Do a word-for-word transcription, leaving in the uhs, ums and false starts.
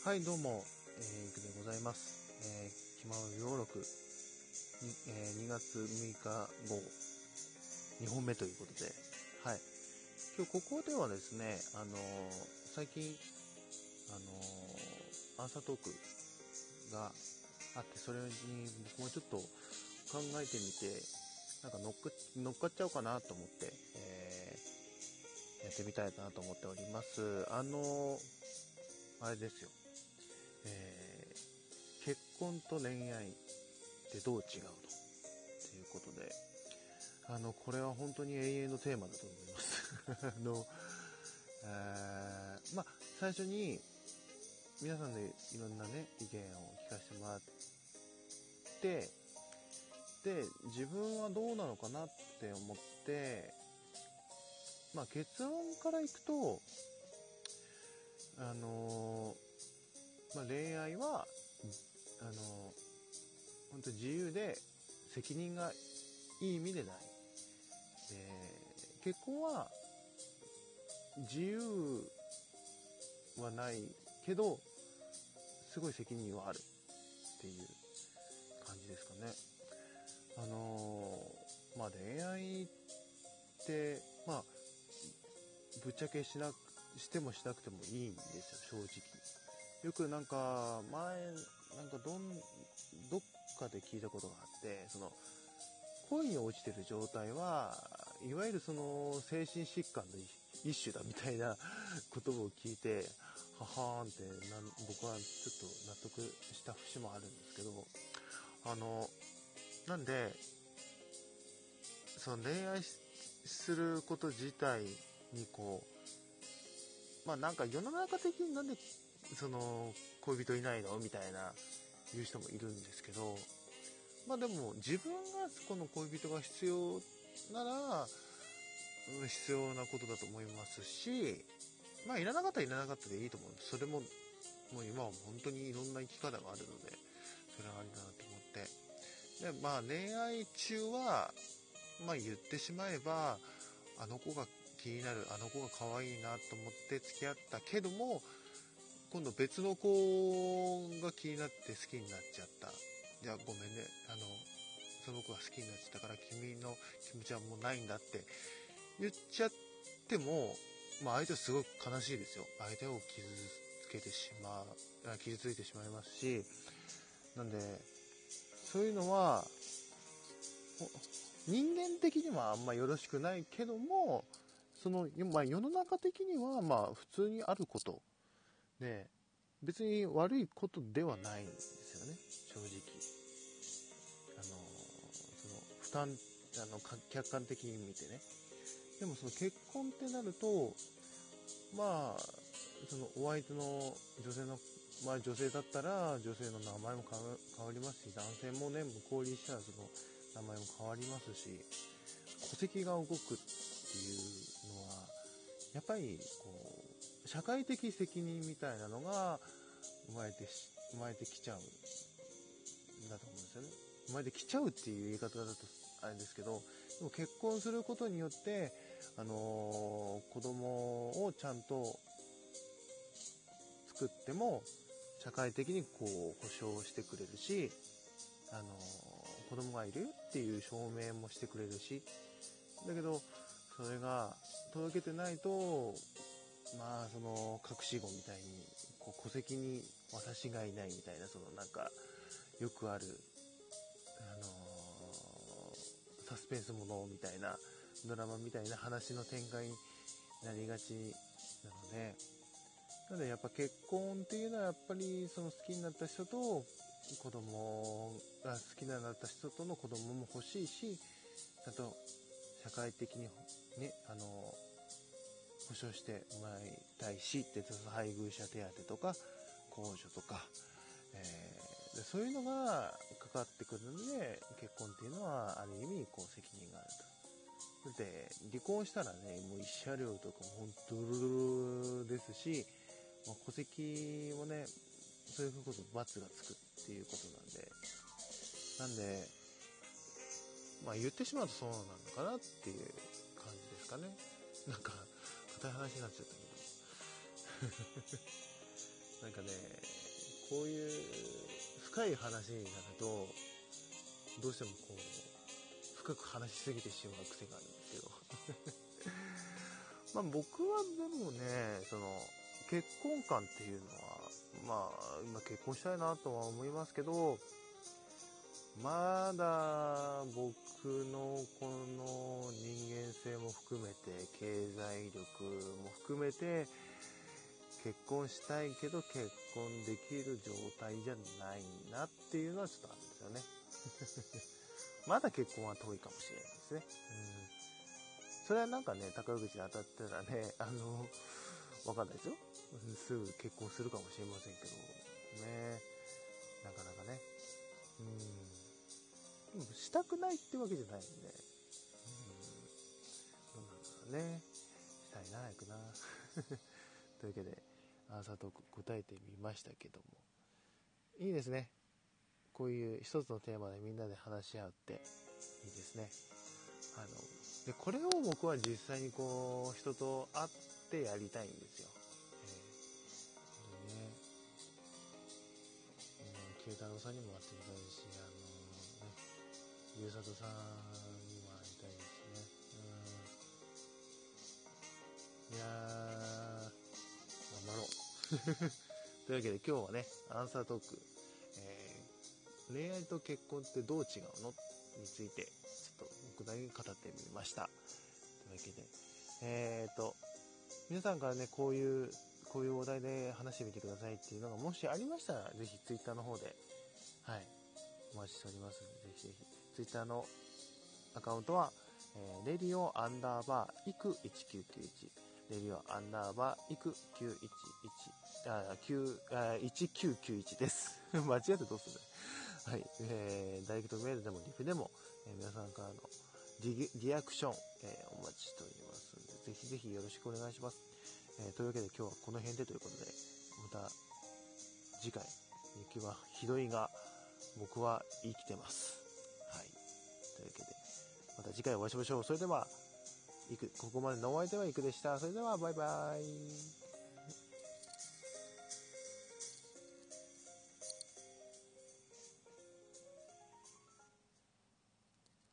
はい、どうも、えー、いくでございます。えー、気ままようろく、に、えー、にがつむいか号、にほんめということで、はい。今日ここではですね、あのー、最近、あのー、アンサートークがあって、それに僕もちょっと考えてみて、なんか乗っか、乗っかっちゃおうかなと思って、えー、やってみたいなと思っております。あのー、あれですよ。えー、結婚と恋愛ってどう違うのということで、あのこれは本当に永遠のテーマだと思いますあの、えー、まあ最初に皆さんでいろんなね意見を聞かせてもらって、で自分はどうなのかなって思って、まあ結論からいくと、あのー、まあ恋愛はあのー本当に自由で責任がいい意味でない。で、結婚は自由はないけどすごい責任はあるっていう感じですかね。あのー、まあ恋愛ってまあぶっちゃけしなしてもしなくてもいいんですよ、正直。よくなんか前なんかどんどっかで聞いたことがあって、その恋に落ちてる状態はいわゆるその精神疾患の一種だみたいなことを聞いて、ははーんってなん僕はちょっと納得した節もあるんですけど、あのなんでその恋愛すること自体にこう、まあなんか世の中的になんでその恋人いないのみたいな言う人もいるんですけど、まあでも自分がこの恋人が必要なら必要なことだと思いますし、まあいらなかったらいらなかったでいいと思うんです。それももう今は本当にいろんな生き方があるので、それはありだなと思って、でまあ恋愛中はまあ言ってしまえば、あの子が気になる、あの子が可愛いなと思って付き合ったけども、今度別の子が気になって好きになっちゃった。じゃあごめんね、あのその子が好きになっちゃったから君の気持ちはもうないんだって言っちゃっても、まあ相手はすごく悲しいですよ。相手を傷つけてしまう、傷ついてしまいますし、なんでそういうのは人間的にはあんまよろしくないけども、その、まあ、世の中的にはまあ普通にあることで、別に悪いことではないんですよね、正直。あのその負担、あの客観的に見てね。でもその結婚ってなると、まあそのお相手の女性の、まあ女性だったら女性の名前も変わりますし、男性もね向こうにしたらその名前も変わりますし、戸籍が動くっていうのはやっぱりこう社会的責任みたいなのが生まれて生まれてきちゃうんだと思うんですよね。生まれてきちゃうっていう言い方だとあれですけど、でも結婚することによってあのー、子供をちゃんと作っても社会的にこう保障してくれるし、あのー、子供がいるっていう証明もしてくれるし、だけどそれが届けてないと、まあその隠し子みたいにこう戸籍に私がいないみたいな、そのなんかよくあるあのー、サスペンスものみたいなドラマみたいな話の展開になりがちなので、なのでやっぱ結婚っていうのはやっぱりその好きになった人と子供が好きになった人との子供も欲しいし、ちゃんと社会的にね、あの保障してもらいたいしって、配偶者手当とか控除とか、えー、でそういうのがかかってくるので、結婚っていうのはある意味こう責任があると。だって離婚したらね、もう慰謝料とかもほんとドロドロですし、まあ、戸籍もね、そういうこと罰がつくっていうことなんで、なんでまあ言ってしまうとそうなのかなっていう感じですかね。なんか硬い話になっちゃったけどなんかね、こういう深い話になるとどうしてもこう深く話しすぎてしまう癖があるんですけどまあ僕はでもね、その結婚観っていうのはまあ今結婚したいなとは思いますけど、まだ僕のこの人間性も含めて経済力も含めて結婚したいけど結婚できる状態じゃないなっていうのはちょっとあるんですよねまだ結婚は遠いかもしれないですね。うん、それはなんかね、宝くじ当たったらね、あのわかんないですよ。すぐ結婚するかもしれませんけどね、なかなかね、うん、でもしたくないってわけじゃないんで、うん、どうなんだろうね、したいな、早くなというわけでアンサートーク答えてみましたけども、いいですね。こういう一つのテーマでみんなで話し合うっていいですね。あのでこれを僕は実際にこう人と会ってやりたいんですよ。えー、でね、慶太郎さんにも会ってみたいし、あのね、ゆうさとさんにも会いたいですね。うん、いやー、頑張ろうというわけで今日はね、アンサートーク、えー、恋愛と結婚ってどう違うのについてちょっと僕なりに語ってみました。というわけで、えーと皆さんからね、こういうこういうお題で話してみてくださいっていうのがもしありましたら、ぜひツイッターの方で、はい、お待ちしておりますので、ぜひぜひツイッターのアカウントは、えー、レディオアンダーバーイクいちきゅうきゅういち、レディオアンダーバーイクきゅういちいち、あ、いちきゅうきゅういちです間違ってどうするはい、えー、ダイレクトメールでもリプでも、えー、皆さんからのリ, リアクション、えー、お待ちしておりますので、ぜひぜひよろしくお願いします。えー、というわけで今日はこの辺でということで、また次回、雪はひどいが僕は生きてます。はい、というわけでまた次回お会いしましょう。それでは、いくここまでのお相手はいくでした。それではバイバイ。